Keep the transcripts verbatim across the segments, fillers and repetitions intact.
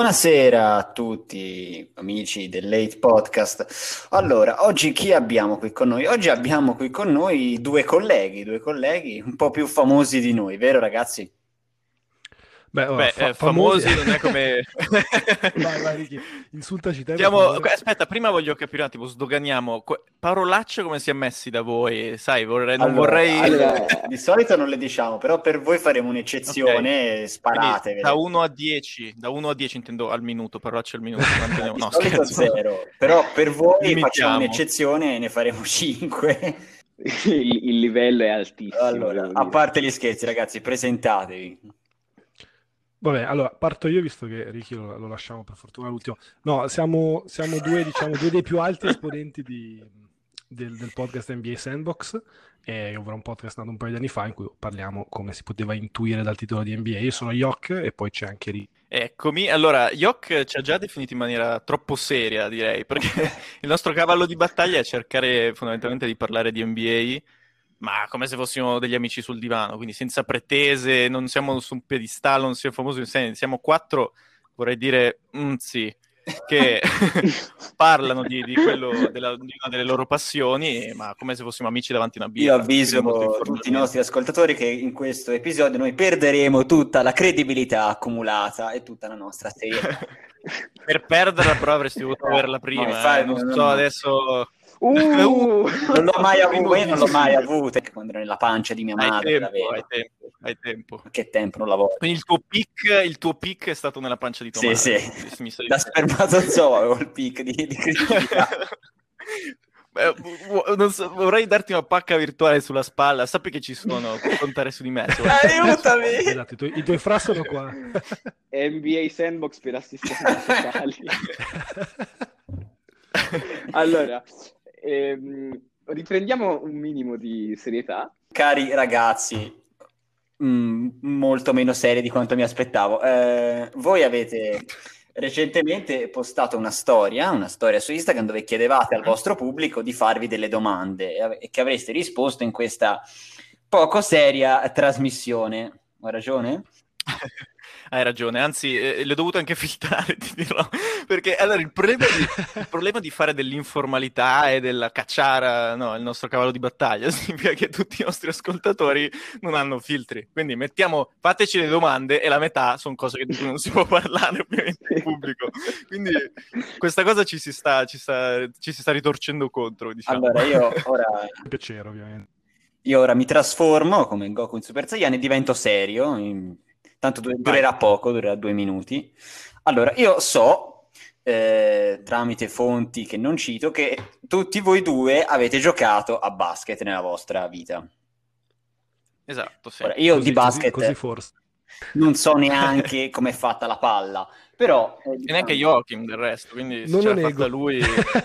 Buonasera a tutti amici del Late Podcast. Allora, oggi chi abbiamo qui con noi? Oggi abbiamo qui con noi due colleghi, due colleghi un po' più famosi di noi, vero ragazzi? Beh, oh, Beh, fa- eh, famosi non è come... Vai, vai, Ricky, insultaci te, per Siamo... favore. Aspetta, prima voglio capire un attimo, sdoganiamo. Que- Parolacce come si è messi da voi? Sai, vorrei... non Allora, vorrei... allora, di solito non le diciamo, però per voi faremo un'eccezione, Ok. sparate. Quindi da uno a dieci, da uno a dieci intendo al minuto, parolacce al minuto. manteniamo- Di No, solito scherzo. zero, però per voi facciamo Limitiamo. un'eccezione e ne faremo cinque. il, il livello è altissimo. Allora, devo a dire. parte gli scherzi, ragazzi, presentatevi. Vabbè, allora, parto io, visto che Ricky lo, lo lasciamo per fortuna all'ultimo. No, siamo, siamo due, diciamo, due dei più alti esponenti di, del, del podcast N B A Sandbox, e avrà un podcast nato un paio di anni fa in cui parliamo, come si poteva intuire dal titolo di N B A. Io sono Yok e poi c'è anche Ricky. Eccomi, allora, Yok ci ha già definito in maniera troppo seria, direi, perché il nostro cavallo di battaglia è cercare fondamentalmente di parlare di N B A, ma come se fossimo degli amici sul divano, quindi senza pretese, non siamo su un piedistallo, non siamo famosi, siamo quattro, vorrei dire, mm, sì, che parlano di, di quello della, di una delle loro passioni, ma come se fossimo amici davanti a una birra. Io avviso quindi molto tutti i informalmente. nostri ascoltatori che in questo episodio noi perderemo tutta la credibilità accumulata e tutta la nostra serietà. Per perderla però avresti dovuto averla prima, No, infatti, eh, non no, so no. adesso... Uh, Non l'ho mai avuto, io non l'ho mai Sì. avuto quando ero nella pancia di mia Hai madre. tempo, l'avevo. hai tempo, hai tempo. Che tempo, non lavoro. Quindi il tuo pick, il tuo pick è stato nella pancia di tua Sì, madre. sì, Mi stai da dicendo. spermatozoo avevo il pic di, di credibilità. Beh, vu- non so, vorrei darti una pacca virtuale sulla spalla. Sappi che ci sono, puoi contare su di me. se vuoi. Aiutami! Esatto, i tuoi, i tuoi fra sono qua. N B A Sandbox per assistenti sociali. Allora, ehm, riprendiamo un minimo di serietà. Cari ragazzi, mm, molto meno serie di quanto mi aspettavo. Eh, voi avete recentemente postato una storia, una storia su Instagram dove chiedevate al vostro pubblico di farvi delle domande e, ave- e che avreste risposto in questa poco seria trasmissione. Ho ragione? Hai ragione, anzi, eh, le ho dovuto anche filtrare, ti dirò. Perché allora il problema di, il problema di fare dell'informalità e della cacciara, no, il nostro cavallo di battaglia, significa che tutti i nostri ascoltatori non hanno filtri. Quindi mettiamo, fateci le domande e la metà sono cose di cui non si può parlare ovviamente in pubblico. Quindi questa cosa ci si sta, ci sta, ci si sta ritorcendo contro, diciamo. Allora io ora, Piacere, ovviamente. io ora mi trasformo come Goku in Super Saiyan e divento serio. in- Tanto du- durerà poco, durerà due minuti. Allora, io so, eh, tramite fonti che non cito, che tutti voi due avete giocato a basket nella vostra vita. Esatto, sì. Ora, io Così- di basket Così, così forse. non so neanche com'è fatta la palla, però... eh, E neanche diciamo- Joachim del resto, quindi se Non ce lo l'ha nego. fatta lui...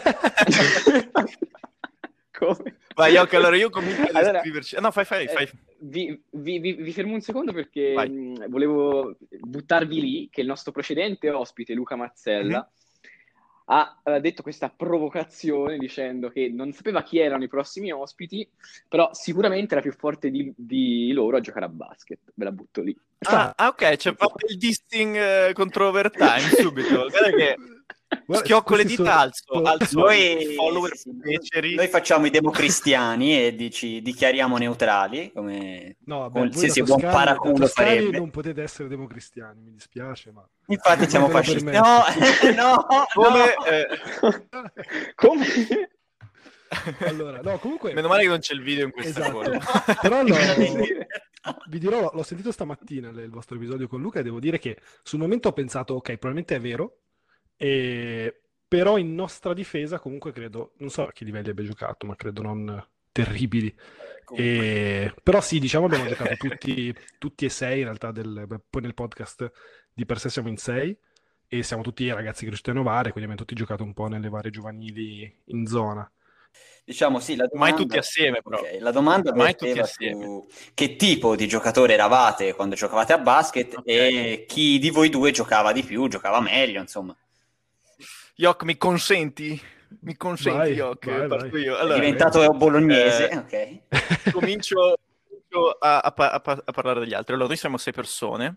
Come? Vai, Joachim, allora io comincio a Allora, descriverci... No, fai, fai, fai. eh, vi, vi- vi- vi fermo un secondo perché Vai. mh, volevo buttarvi lì che il nostro precedente ospite, Luca Mazzella, ha eh, detto questa provocazione dicendo che non sapeva chi erano i prossimi ospiti, però sicuramente la più forte di, di loro a giocare a basket. Ve la butto lì. Ah, ah, ok, c'è fatto il dissing eh, contro overtime subito. Guarda che Guarda, schiocco le questi dita, sono- alzo, alzo Noi, i follower sì, sì, beceri. noi facciamo i democristiani e dici, dichiariamo neutrali, come No, vabbè, voi da qualsiasi buon toscani, da paraculo toscani farebbe. non potete essere democristiani, mi dispiace, ma... Infatti siamo Non ve lo fascisti. permetto. No, no, Come, no. eh, Come? Allora, no, comunque... meno male che non c'è il video in questa Esatto. cosa. Però no, Sì. vi dirò, l'ho sentito stamattina il il vostro episodio con Luca e devo dire che sul momento ho pensato, ok, probabilmente è vero, e... però in nostra difesa comunque credo, non so a che livelli abbia giocato, ma credo non terribili. E... Però sì, diciamo abbiamo giocato tutti, tutti e sei in realtà, del... beh, poi nel podcast di per sé siamo in sei e siamo tutti ragazzi cresciuti a Novare, quindi abbiamo tutti giocato un po' nelle varie giovanili in zona. Diciamo sì, la Mai domanda... tutti assieme, però. Ok, la domanda Mai tutti verteva assieme. su che tipo di giocatore eravate quando giocavate a basket Ok. e chi di voi due giocava di più, giocava meglio, insomma. Yok, mi consenti? Mi consenti, Vai, Yok? vai, Parto vai. io. È Allora, diventato bolognese, eh, ok. comincio, comincio a, a pa- a pa- a parlare degli altri. Allora, noi siamo sei persone.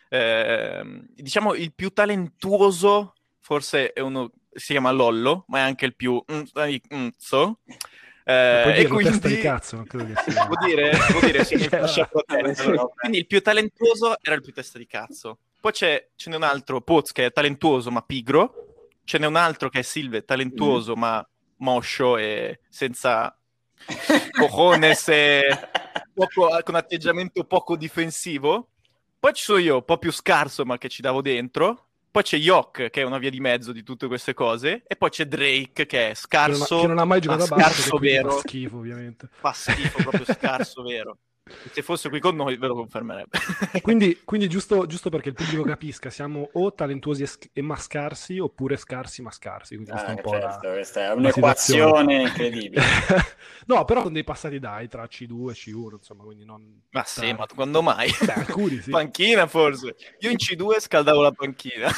Eh, diciamo il più talentuoso forse è uno, si chiama Lollo, ma è anche il più nzo. Eh, puoi e dire quindi testa di cazzo, non credo che sia. vuol dire, vuol dire sì, nel Allora, fascia protetta. Quindi il più talentuoso era il più testa di cazzo. Poi c'è, ce n'è un altro, Poz, che è talentuoso ma pigro. Ce n'è un altro che è Silve, talentuoso mm. ma moscio e senza cojones e poco, con atteggiamento poco difensivo. Poi ci sono io, un po' più scarso ma che ci davo dentro. Poi c'è Yok, che è una via di mezzo di tutte queste cose. E poi c'è Drake, che è scarso, che non ha, che non ha mai giocato a basket, scarso vero. Fa schifo, ovviamente. Fa schifo, proprio scarso vero. Se fosse qui con noi ve lo confermerebbe. Quindi, quindi giusto, giusto perché il pubblico capisca, siamo o talentuosi e, sc- e ma scarsi, oppure scarsi ma scarsi. Quindi questa Ah, è un po' certo, la, questa è un'equazione incredibile. No, però con dei passati dai tra C due e C uno, insomma, quindi non... Ma sì, ma quando mai? Beh, alcuni sì. Panchina forse. Io in C due scaldavo la panchina.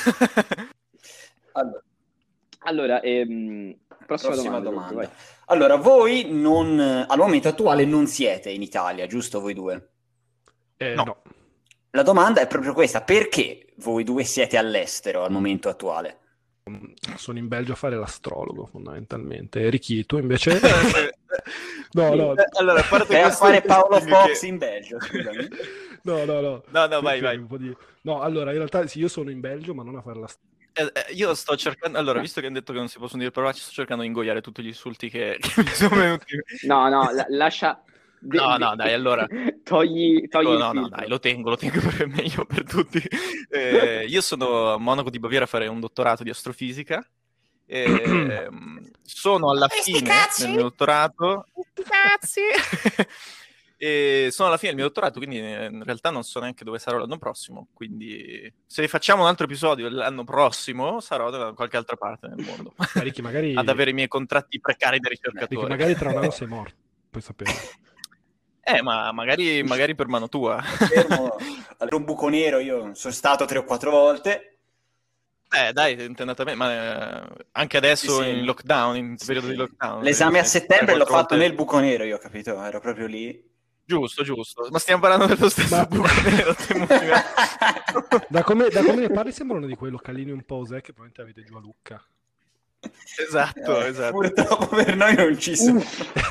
Allora, allora ehm, prossima, prossima domanda. domanda. Allora, voi non, al momento attuale non siete in Italia, giusto voi due? Eh, no. no. La domanda è proprio questa: perché voi due siete all'estero al momento attuale? Sono in Belgio a fare l'astrologo, fondamentalmente. Ricky, tu invece? no, no. Allora, a parte Vai a fare Paolo Fox che... in Belgio, scusami. no, no, no. No, no, vai, vai. Di... No, allora, in realtà sì, io sono in Belgio, ma non a fare l'astrologo. Eh, eh, io sto cercando, allora, visto che hanno detto che non si possono dire parolacce, sto cercando di ingoiare tutti gli insulti che, che mi sono venuti. No, no, la, lascia... De- no, no, dai, allora... togli togli oh, il no, filtro. no, dai, lo tengo, lo tengo per meglio per tutti. Eh, io sono a Monaco di Baviera a fare un dottorato di astrofisica. Eh, sono alla fine del mio dottorato. Cazzi! E sono alla fine del mio dottorato, quindi in realtà non so neanche dove sarò l'anno prossimo, quindi se facciamo un altro episodio l'anno prossimo sarò da qualche altra parte nel mondo. Ricky, magari... ad avere i miei contratti precari da ricercatore. Ricky, magari tra un anno sei morto, puoi sapere. Eh, ma magari, magari per mano tua. Fermo, allora un buco nero io sono stato tre o quattro volte. Eh, dai, è andata bene, ma eh, anche adesso sì, sì. in lockdown, in sì, periodo sì. di lockdown. L'esame a settembre l'ho fatto volte... nel buco nero, io ho capito, ero proprio lì. Giusto, giusto. Ma stiamo parlando dello stesso ma... buco nero. da, come, da come ne parli sembra uno di quei localini un po' osè che probabilmente avete giù a Lucca. Esatto, eh, esatto. Purtroppo per noi non ci sono.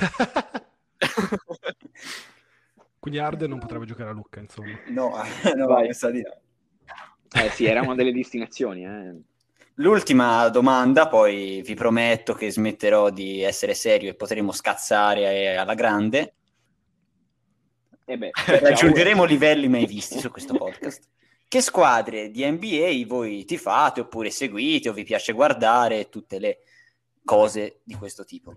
Quindi Arden non potrebbe giocare a Lucca, insomma. No, no, Vai. mi sa di no. Eh sì, era una delle destinazioni, eh. L'ultima domanda, poi vi prometto che smetterò di essere serio e potremo scazzare alla grande. Eh beh, raggiungeremo livelli mai visti su questo podcast. Che squadre di N B A voi tifate oppure seguite o vi piace guardare, tutte le cose di questo tipo?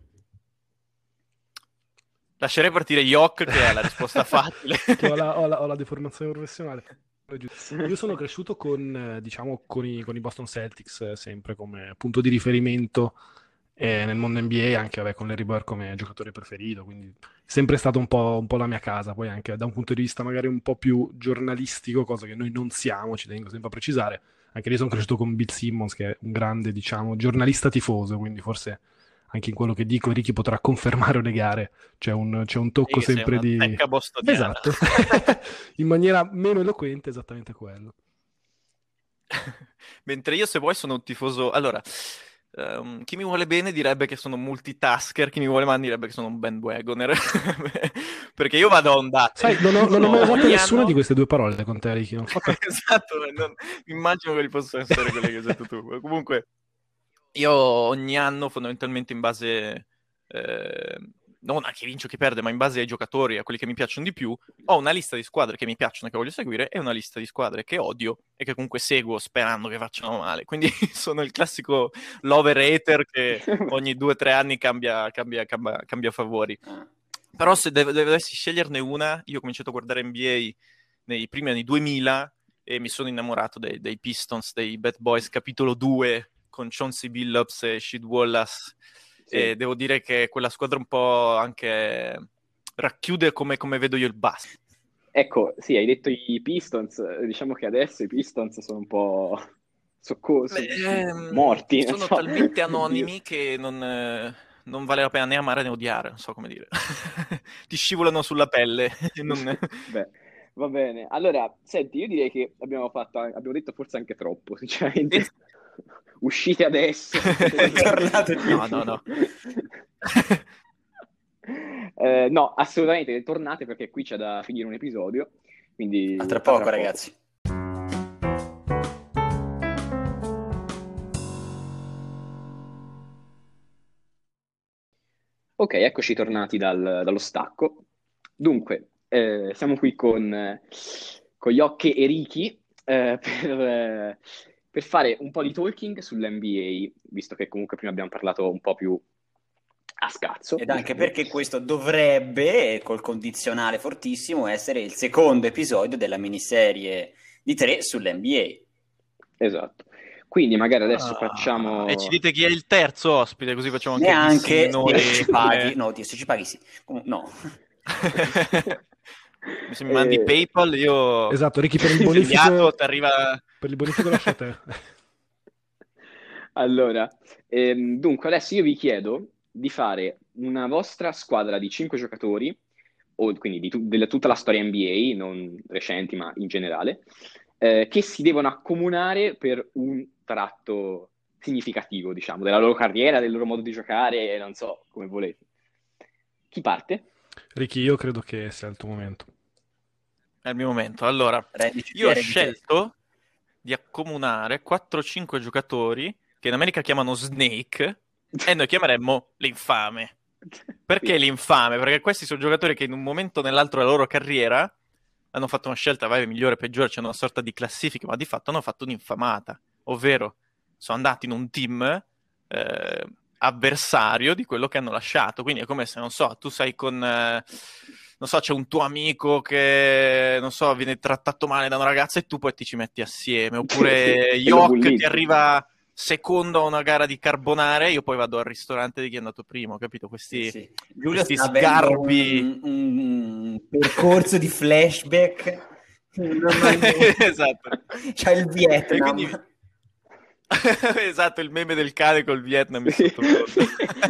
Lascerei partire Yok, che è la risposta facile. ho, la, ho, la, ho la deformazione professionale. Io sono cresciuto con, diciamo, con i, con i Boston Celtics sempre come punto di riferimento eh, nel mondo N B A, anche vabbè, con Larry Bird come giocatore preferito, quindi sempre stato un po', un po' la mia casa. Poi anche da un punto di vista magari un po' più giornalistico, cosa che noi non siamo, ci tengo sempre a precisare, anche lì sono cresciuto con Bill Simmons, che è un grande, diciamo, giornalista tifoso, quindi forse anche in quello che dico Ricky potrà confermare o negare, c'è un, c'è un tocco sì, sempre di... Esatto, in maniera meno eloquente, esattamente quello. Mentre io, se vuoi, sono un tifoso... Allora, um, chi mi vuole bene direbbe che sono multitasker, chi mi vuole male direbbe che sono un bandwagoner, perché io vado a ondate. Sai, non ho, non ho mai usato nessuna anno... di queste due parole con te, Ricky. Non so per... esatto, non... immagino che li possano essere quelle che hai usato tu. Comunque... Io ogni anno, fondamentalmente in base, eh, non a chi vince o chi perde, ma in base ai giocatori, a quelli che mi piacciono di più, ho una lista di squadre che mi piacciono e che voglio seguire e una lista di squadre che odio e che comunque seguo sperando che facciano male. Quindi sono il classico lover-hater che ogni due o tre anni cambia, cambia, cambia, cambia favori. Però se dev- dovessi sceglierne una, io ho cominciato a guardare N B A nei primi anni duemila e mi sono innamorato dei, dei Pistons, dei Bad Boys capitolo due, con Chauncey Billups e Sheed Wallace, sì. E devo dire che quella squadra un po' anche racchiude come, come vedo io il basket. Ecco, sì, hai detto i Pistons, diciamo che adesso i Pistons sono un po' soccorsi, Beh, morti. Sono so. talmente anonimi che non, eh, non vale la pena né amare né odiare, non so come dire. Ti scivolano sulla pelle. non... Beh, Va bene, allora, senti, io direi che abbiamo fatto, abbiamo detto forse anche troppo, sinceramente. Uscite adesso. Tornate qui. No, no, no. Eh, no, assolutamente, tornate perché qui c'è da finire un episodio. Quindi A tra a poco, tra ragazzi. Ok, eccoci tornati dal- dallo stacco. Dunque, eh, siamo qui con, eh, con Yokke e Ricky eh, per, eh, per fare un po' di talking sull'N B A, visto che comunque prima abbiamo parlato un po' più a scazzo. Ed anche diciamo. perché questo dovrebbe, col condizionale fortissimo, essere il secondo episodio della miniserie di tre sull'N B A. Esatto. Quindi magari adesso Ah, facciamo... E ci dite chi è il terzo ospite, così facciamo anche Neanche dissing noi. se ci paghi. come- No, Dio, se ci paghi sì. Comun- no. Se mi mandi Eh, PayPal, io Esatto, Ricky, per il inviato, bonifico, ti arriva... per il bonifico lascia a te. Allora, ehm, dunque adesso io vi chiedo di fare una vostra squadra di cinque giocatori, o quindi di tu- della tutta la storia N B A, non recenti ma in generale, eh, che si devono accomunare per un tratto significativo, diciamo, della loro carriera, del loro modo di giocare, non so, come volete. Chi parte? Ricky, io credo che sia il tuo momento. È il mio momento. Allora, Rendici io ho fieri di te. scelto di accomunare quattro cinque giocatori che in America chiamano Snake e noi chiameremmo l'infame. Perché l'infame? Perché questi sono giocatori che in un momento o nell'altro della loro carriera hanno fatto una scelta, vai, migliore o peggiore, c'è una sorta di classifica, ma di fatto hanno fatto un'infamata, ovvero sono andati in un team eh, avversario di quello che hanno lasciato. Quindi è come se, non so, tu sei con... eh, non so, c'è un tuo amico che, non so, viene trattato male da una ragazza e tu poi ti ci metti assieme. Oppure Sì, e lo Yok bullizzi. che arriva secondo a una gara di carbonare, io poi vado al ristorante di chi è andato primo, capito? Questi, Sì, sì. Giulio questi sta avendo sgarbi. un, un percorso di flashback. Esatto. C'è il Vietnam. E quindi... esatto, il meme del cane col Vietnam in Sì. sottofondo.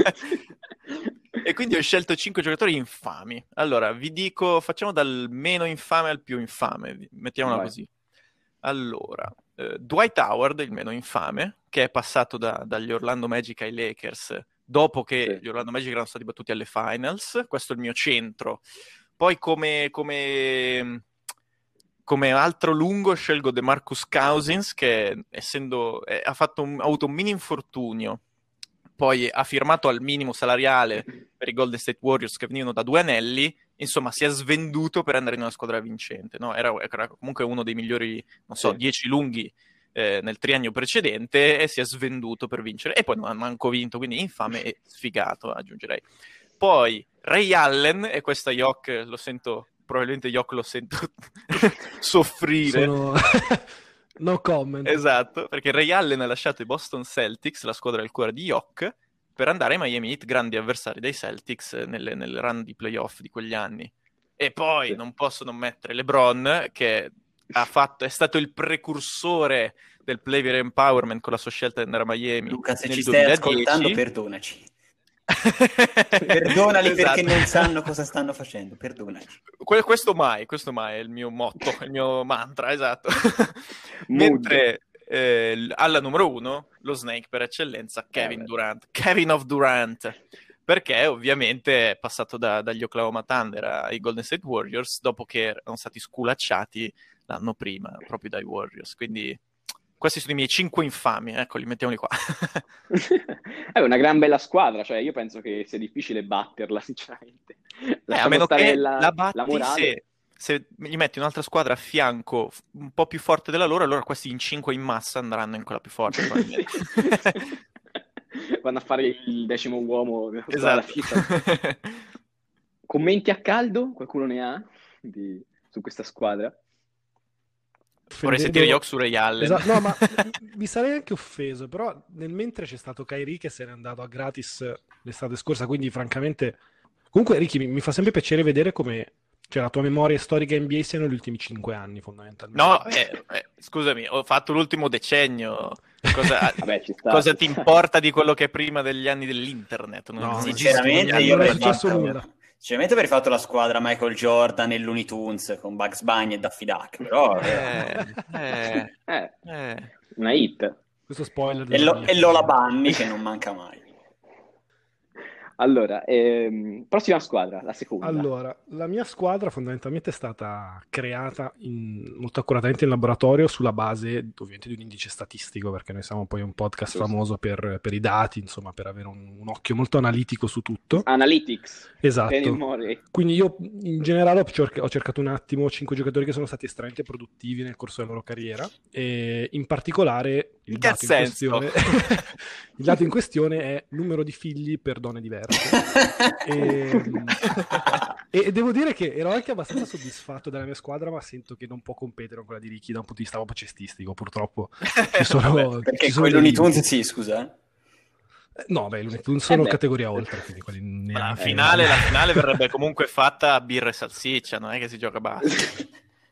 E quindi ho scelto cinque giocatori infami. Allora, vi dico, facciamo dal meno infame al più infame, mettiamola Vai. così. Allora, eh, Dwight Howard, il meno infame, che è passato da- dagli Orlando Magic ai Lakers dopo che Sì. gli Orlando Magic erano stati battuti alle finals. Questo è il mio centro. Poi come, come, come altro lungo scelgo DeMarcus Cousins, che essendo, eh, ha, fatto un, ha avuto un mini infortunio, poi ha firmato al minimo salariale per i Golden State Warriors che venivano da due anelli, insomma si è svenduto per andare in una squadra vincente, no? Era, era comunque uno dei migliori, non so, Sì. dieci lunghi eh, nel triennio precedente e si è svenduto per vincere e poi non ha manco vinto, quindi infame e sfigato, aggiungerei. Poi Ray Allen, e questa Yok lo sento, probabilmente Yok lo sento soffrire. Sono... no comment. Esatto, perché Ray Allen ha lasciato i Boston Celtics, la squadra del cuore di Yok, per andare ai Miami Heat, grandi avversari dei Celtics nelle, nel run di playoff di quegli anni. E poi Sì. non posso non mettere LeBron, che ha fatto, è stato il precursore del player empowerment con la sua scelta di andare a Miami. Luca, se nel ci stai duemiladieci. ascoltando, perdonaci. Perdonali Esatto. perché non sanno cosa stanno facendo, perdonaci. Que- questo mai, questo mai è il mio motto, il mio mantra, esatto. Mood. Mentre eh, l- alla numero uno, lo Snake per eccellenza, Kevin beh. Durant, Kevin of Durant, perché ovviamente è passato da- dagli Oklahoma Thunder ai Golden State Warriors dopo che erano stati sculacciati l'anno prima proprio dai Warriors, quindi questi sono i miei cinque infami, ecco, li mettiamoli qua. È una gran bella squadra, cioè io penso che sia difficile batterla, sinceramente. Eh, a Lasciamo meno stare che la, la batti la morale. se, se gli metti un'altra squadra a fianco f- un po' più forte della loro, allora questi in cinque in massa andranno in quella più forte, probabilmente. Vanno a fare il decimo uomo della squadra Esatto. FIFA. Commenti a caldo? Qualcuno ne ha di- su questa squadra? Vorrei Offendendo- sentire Yok su Ray Allen. Esatto, no, ma mi sarei anche offeso, però nel mentre c'è stato Kyrie che se n'è andato a gratis l'estate scorsa, quindi francamente... Comunque, Ricky, mi, mi fa sempre piacere vedere come cioè, la tua memoria storica N B A siano gli ultimi cinque anni, fondamentalmente. No, eh, eh, scusami, ho fatto l'ultimo decennio. Cosa, Vabbè, ci sta, cosa ci ti sta. importa di quello che è prima degli anni dell'internet? Non No, esiste Sinceramente, negli anni io non è avrei novanta. successo fatto, nulla. Sicuramente avrei fatto la squadra Michael Jordan e Looney Tunes con Bugs Bunny e Daffy Duck, però... Eh, eh, Eh, eh. una hit. Questo spoiler E, della Lo- mia e Lola figlia. Bunny che non manca mai. Allora, ehm, prossima squadra, la seconda. Allora, la mia squadra fondamentalmente è stata creata in- molto accuratamente in laboratorio sulla base ovviamente di un indice statistico, perché noi siamo poi un podcast Giusto. famoso per, per i dati, insomma, per avere un, un occhio molto analitico su tutto. Analytics. Esatto. Penny Murray. Quindi io in generale ho, cerc- ho cercato un attimo cinque giocatori che sono stati estremamente produttivi nel corso della loro carriera e in particolare il In che dato in senso? questione il dato in questione è numero di figli per donne diverse. E, e devo dire che ero anche abbastanza soddisfatto della mia squadra, ma sento che non può competere con quella di Ricky da un punto di vista proprio cestistico, purtroppo. Ci sono, Vabbè, Perché ci sono con dei Looney Tunes limiti. sì, scusa. eh. Eh, No, beh, non sono Eh beh. categoria oltre, quindi quelli Ma la neanche... finale, la finale verrebbe comunque fatta a birra e salsiccia, non è che si gioca a basket.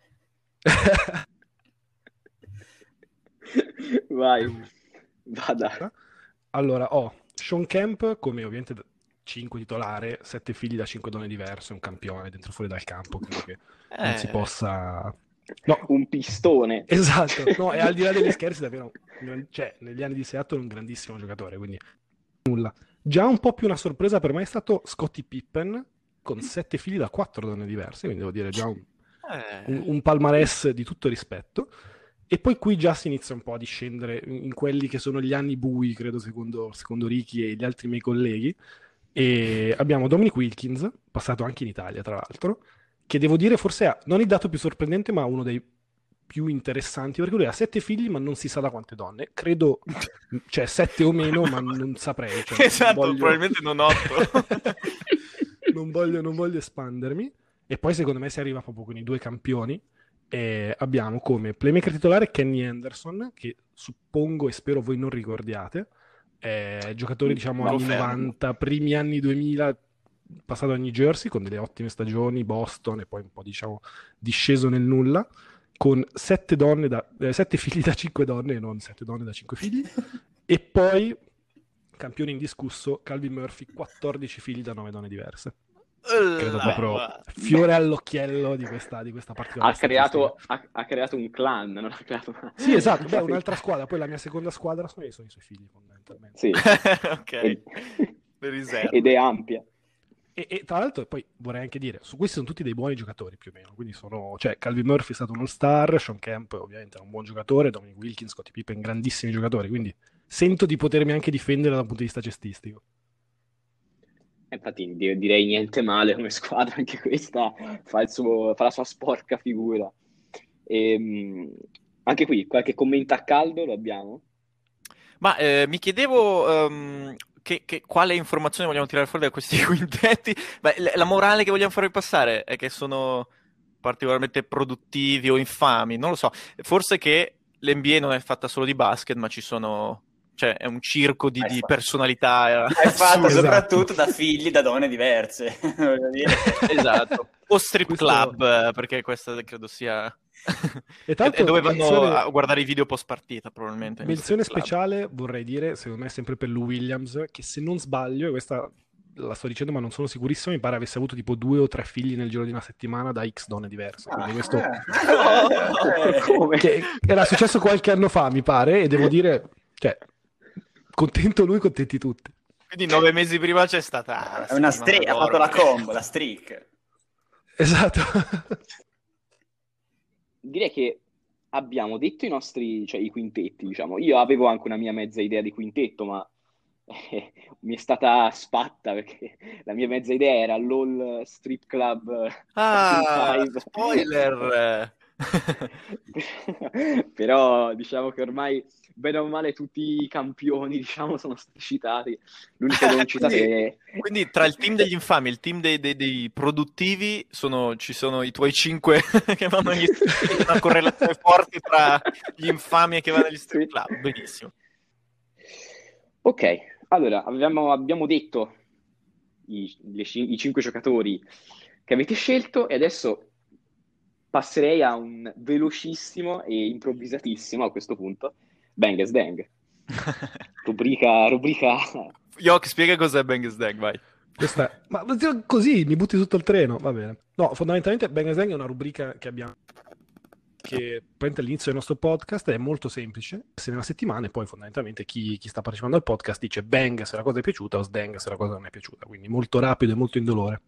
Vai, vada. Allora, ho Sean Kemp come ovviamente cinque titolare, sette figli da cinque donne diverse, un campione dentro e fuori dal campo, credo che non si Eh, possa... No, Un pistone. esatto, no, e al di là degli scherzi davvero, cioè, negli anni di Seattle un grandissimo giocatore, quindi nulla. Già un po' più una sorpresa per me è stato Scottie Pippen, con sette figli da quattro donne diverse, quindi devo dire già un, un, eh, un palmarès di tutto rispetto. E poi qui già si inizia un po' a discendere in in quelli che sono gli anni bui, credo, secondo, secondo Ricky e gli altri miei colleghi. E abbiamo Dominic Wilkins, passato anche in Italia, tra l'altro, che devo dire forse ha non il dato più sorprendente, ma uno dei più interessanti, perché lui ha sette figli, ma non si sa da quante donne. Credo, cioè, sette o meno, ma non saprei. Cioè, non esatto, voglio- probabilmente non otto. non voglio, non voglio espandermi. E poi secondo me si arriva proprio con i due campioni. E abbiamo come playmaker titolare Kenny Anderson, che suppongo e spero voi non ricordiate, è giocatore diciamo anni Confermo. novanta, primi anni duemila, passato a New Jersey con delle ottime stagioni, Boston e poi un po' diciamo disceso nel nulla, con sette donne da, eh, sette figli da cinque donne e non sette donne da cinque figli. E poi campione indiscusso Calvin Murphy, quattordici figli da nove donne diverse. Credo Là, proprio guarda. fiore all'occhiello di questa, di questa particolare Ha creato, statistica. ha, ha creato un clan, non ha creato una... Sì, esatto, beh, un'altra squadra, poi la mia seconda squadra sono, sono i suoi figli fondamentalmente. Sì. Ok, Ed, le riserve. ed è ampia. E, e tra l'altro poi vorrei anche dire, su questi sono tutti dei buoni giocatori più o meno, quindi sono, cioè Calvin Murphy è stato un all-star, Sean Kemp ovviamente è un buon giocatore, Dominic Wilkins, Scottie Pippen, grandissimi giocatori, quindi sento di potermi anche difendere da un punto di vista cestistico. Infatti di- direi niente male come squadra, anche questa fa, il suo- fa la sua sporca figura. Ehm, anche qui qualche commento a caldo lo abbiamo? Ma eh, mi chiedevo ehm, che, che- quale informazione vogliamo tirare fuori da questi quintetti. Beh, l- la morale che vogliamo farvi passare è che sono particolarmente produttivi o infami, non lo so. Forse che l'N B A non è fatta solo di basket, ma ci sono... Cioè, è un circo di, È di fa- personalità. È fatto assurde. soprattutto da figli da donne diverse. Voglio dire. Esatto. O strip Questo- club, eh, perché questa credo sia... E tra e, l'altro, e dove vanno menzione- a guardare i video post partita, probabilmente. negli Menzione strip club. speciale vorrei dire, secondo me sempre per Lou Williams, che se non sbaglio, e questa la sto dicendo ma non sono sicurissimo, mi pare avesse avuto tipo due o tre figli nel giro di una settimana da X donne diverse. Quindi questo Eh. Come? che era successo qualche anno fa, mi pare, e devo dire, cioè, contento lui, contenti tutti. Quindi nove mesi prima c'è stata... la È una settimana streak, ha d'oro. fatto la combo, la streak. Esatto. Direi che abbiamo detto i nostri, cioè i quintetti, diciamo. Io avevo anche una mia mezza idea di quintetto, ma eh, mi è stata spatta perché la mia mezza idea era l'All Strip Club Ah, Five. spoiler! Però diciamo che ormai bene o male tutti i campioni, diciamo, sono stati citati. L'unico non citato Quindi- è... Quindi tra il team degli infami e il team dei, dei- dei produttivi sono- ci sono i tuoi cinque che vanno agli strip club, una correlazione forte tra gli infami e che vanno agli strip club. Benissimo. Ok, allora abbiamo, abbiamo detto i, le cin- i cinque giocatori che avete scelto e adesso passerei a un velocissimo e improvvisatissimo a questo punto Bang as Dang. Rubrica, rubrica... Yok, spiega cos'è Bang as Dang, vai. Questa... Ma così mi butti tutto il treno, va bene. No, fondamentalmente Bang Bang è una rubrica che abbiamo che prende all'inizio del nostro podcast, è molto semplice, se nella settimana e poi fondamentalmente chi, chi sta partecipando al podcast dice bang se la cosa è piaciuta o sdang se la cosa non è piaciuta, quindi molto rapido e molto indolore.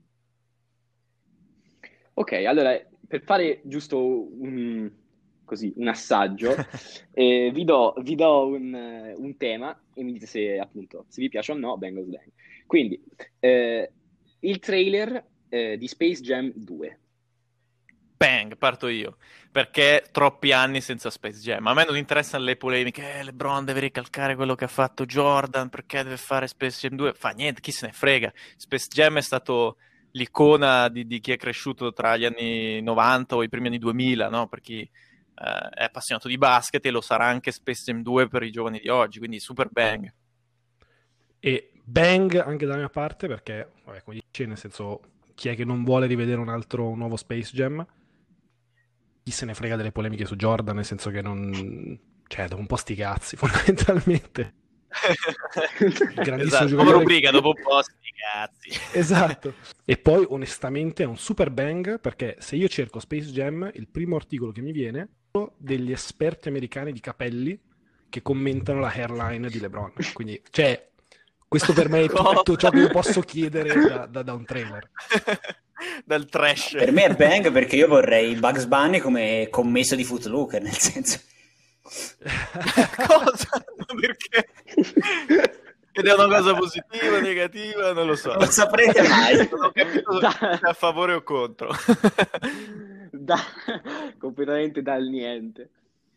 Ok, allora per fare giusto un, così, un assaggio, eh, vi do, vi do un, un tema e mi dite se appunto se vi piace o no, bang o sdang. Quindi, eh, il trailer eh, di Space Jam due. Bang, parto io, perché troppi anni senza Space Jam. A me non interessano le polemiche, eh, LeBron deve ricalcare quello che ha fatto Jordan, perché deve fare Space Jam due? Fa niente, chi se ne frega. Space Jam è stato l'icona di, di chi è cresciuto tra gli anni novanta o i primi anni duemila, no? Per chi eh, è appassionato di basket, e lo sarà anche Space Jam due per i giovani di oggi, quindi super bang. E bang anche dalla mia parte, perché, vabbè, come dice, nel senso, chi è che non vuole rivedere un altro un nuovo Space Jam? Chi se ne frega delle polemiche su Jordan, nel senso che non... Cioè, dopo un po' sti cazzi, fondamentalmente. Grandissimo esatto, giocatore. come rubrica, dopo un po' sti cazzi. Esatto. E poi, onestamente, è un super bang, perché se io cerco Space Jam, il primo articolo che mi viene è uno degli esperti americani di capelli che commentano la hairline di LeBron. Quindi, cioè, questo per me è tutto ciò che io posso chiedere da, da, da un trailer. Dal trash. Per me è bang perché io vorrei Bugs Bunny come commesso di Footlooker, nel senso... Cosa? Perché? Ed è una cosa positiva, negativa? Non lo so. Non saprete mai. Non ho capito se è a favore o contro. Da... completamente dal niente.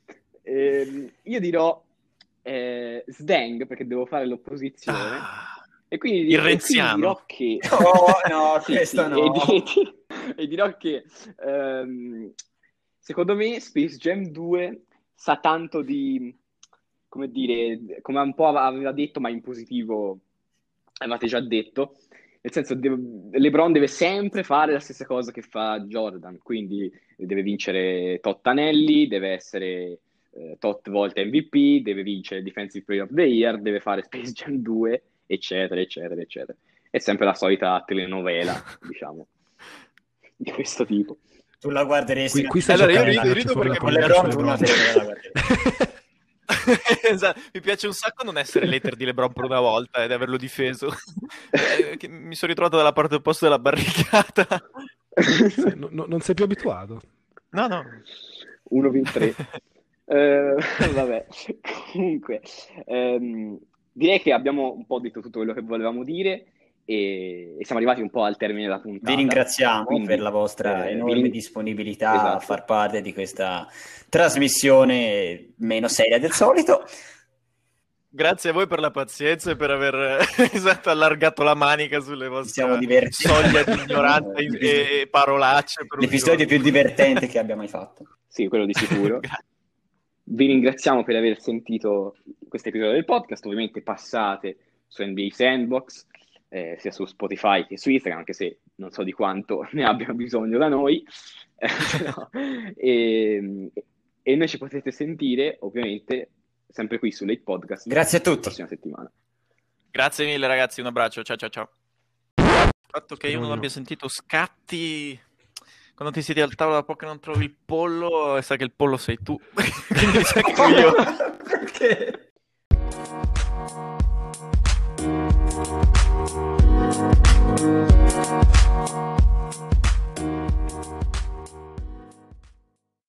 Eh, io dirò eh, sdang perché devo fare l'opposizione. Ah. E quindi, Il e quindi renziano. dirò che... Oh, no, sì, questo sì, no. E, di- e dirò che ehm, secondo me Space Jam due sa tanto di, come dire, come un po' aveva detto, ma in positivo avevate già detto, nel senso deve- LeBron deve sempre fare la stessa cosa che fa Jordan, quindi deve vincere tot anelli, deve essere eh, tot volte M V P, deve vincere Defensive Player of the Year, deve fare Space Jam due, eccetera, eccetera, eccetera. È sempre la solita telenovela, diciamo, di questo tipo. Tu la guarderesti... Qui, qui sta Allora, io giocando rido- a rido calcio perché con con la LeBron su tu una LeBron. telenovela la guarderesti. Esatto. Mi piace un sacco non essere l'hater di LeBron per una volta ed averlo difeso. Eh, che mi sono ritrovato dalla parte opposta della barricata. Sì, no- no- non sei più abituato. No, no. uno v tre. Eh, vabbè, comunque, ehm, direi che abbiamo un po' detto tutto quello che volevamo dire e, e siamo arrivati un po' al termine della puntata. Vi ringraziamo Quindi, per la vostra eh, enorme vi- disponibilità a Esatto. far parte di questa trasmissione meno seria del solito. Grazie a voi per la pazienza e per aver esatto, allargato la manica sulle Ci vostre siamo divertiti. soglie di ignoranza e, e parolacce. Per un L'episodio giorno. più divertente che abbia mai fatto. Sì, quello di sicuro. Grazie. Vi ringraziamo per aver sentito questo episodio del podcast. Ovviamente passate su N B A Sandbox, eh, sia su Spotify che su Instagram, anche se non so di quanto ne abbiano bisogno da noi. Eh, però, e, e noi ci potete sentire, ovviamente, sempre qui su Late Podcast. Grazie a La tutti. prossima settimana. Grazie mille ragazzi, un abbraccio, ciao ciao ciao. Il fatto che io non Speriamo di no. abbia sentito scatti quando ti siedi al tavolo da poco e non trovi il pollo, e sa che il pollo sei tu. Quindi mi sa che sono io. Perché?